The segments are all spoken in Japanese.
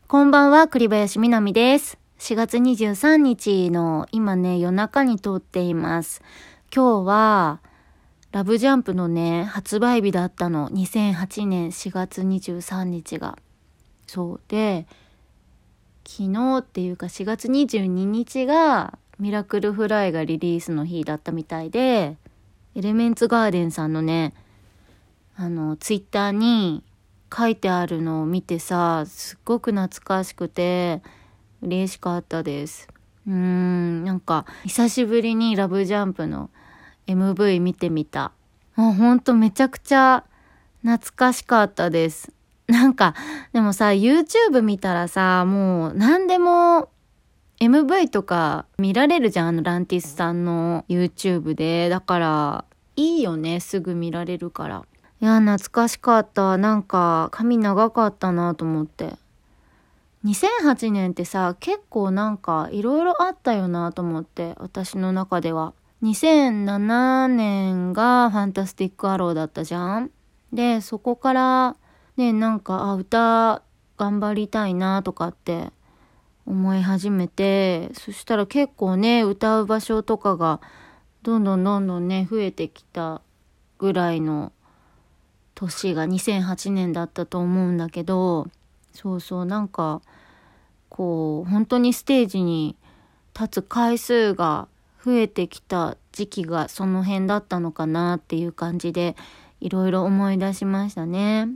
こんばんは、栗林みなみです。4月23日の今ね、夜中に撮っています。今日は、ラブジャンプのね、発売日だったの。2008年4月23日が。そうで、昨日っていうか4月22日が、ミラクルフライがリリースの日だったみたいで、エレメンツガーデンさんのね、ツイッターに、書いてあるのを見てさ、すっごく懐かしくて嬉しかったです。なんか久しぶりにラブジャンプの MV 見てみた。もうほんとめちゃくちゃ懐かしかったです。なんかでもさ、 YouTube 見たらさ、もう何でも MV とか見られるじゃん、ランティスさんの YouTube で。だからいいよね、すぐ見られるから。いや、懐かしかった。なんか、髪長かったなと思って。2008年ってさ、結構なんか、いろいろあったよなと思って、私の中では。2007年がファンタスティックアローだったじゃん。で、そこから、ね、なんか、歌頑張りたいなとかって思い始めて、そしたら結構ね、歌う場所とかが、どんどんね、増えてきたぐらいの、年が2008年だったと思うんだけど、そうなんかこう本当にステージに立つ回数が増えてきた時期がその辺だったのかなっていう感じでいろいろ思い出しましたね。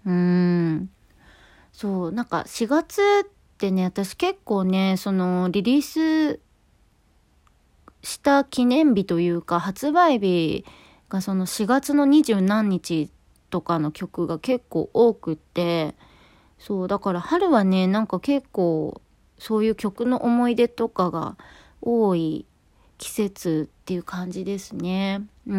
そうなんか4月ってね、私結構ね、そのリリースした記念日というか発売日がその4月の20何日とかの曲が結構多くって、そうだから春はね、なんか結構そういう曲の思い出とかが多い季節っていう感じですね。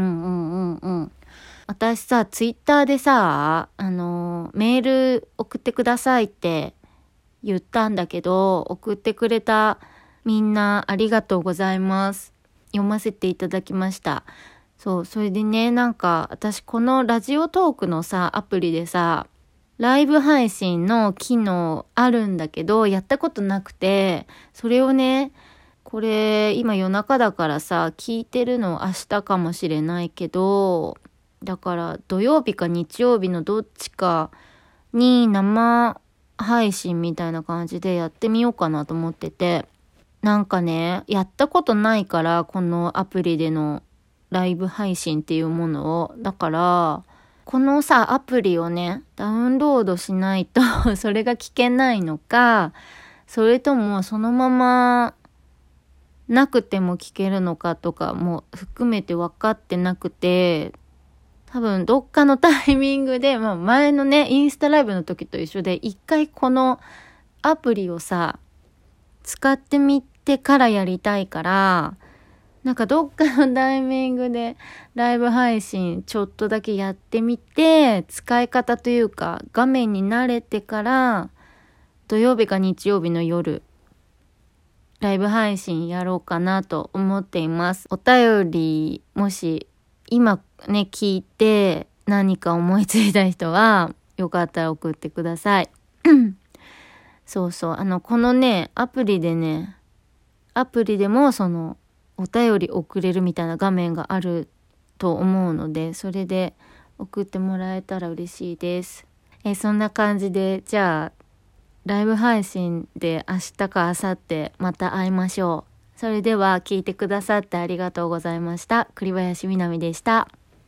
私さ、ツイッターでさ、メール送ってくださいって言ったんだけど、送ってくれたみんなありがとうございます。読ませていただきました。そう、それでね、なんか私このラジオトークのさ、アプリでさ、ライブ配信の機能あるんだけど、やったことなくて、それをね、これ今夜中だからさ、聞いてるの明日かもしれないけど、だから土曜日か日曜日のどっちかに生配信みたいな感じでやってみようかなと思ってて、なんかね、やったことないから、このアプリでのライブ配信っていうものを。だから、このさ、アプリをね、ダウンロードしないとそれが聞けないのか、それともそのままなくても聞けるのかとかも含めて分かってなくて、多分どっかのタイミングで、前のね、インスタライブの時と一緒で、一回このアプリをさ、使ってみてからやりたいから、なんかどっかのタイミングでライブ配信ちょっとだけやってみて、使い方というか画面に慣れてから土曜日か日曜日の夜ライブ配信やろうかなと思っています。お便りもし今ね聞いて何か思いついた人はよかったら送ってください。そうこのねアプリでもそのお便り送れるみたいな画面があると思うので、それで送ってもらえたら嬉しいです。そんな感じで、じゃあライブ配信で明日か明後日また会いましょう。それでは聞いてくださってありがとうございました。栗林みなみでした。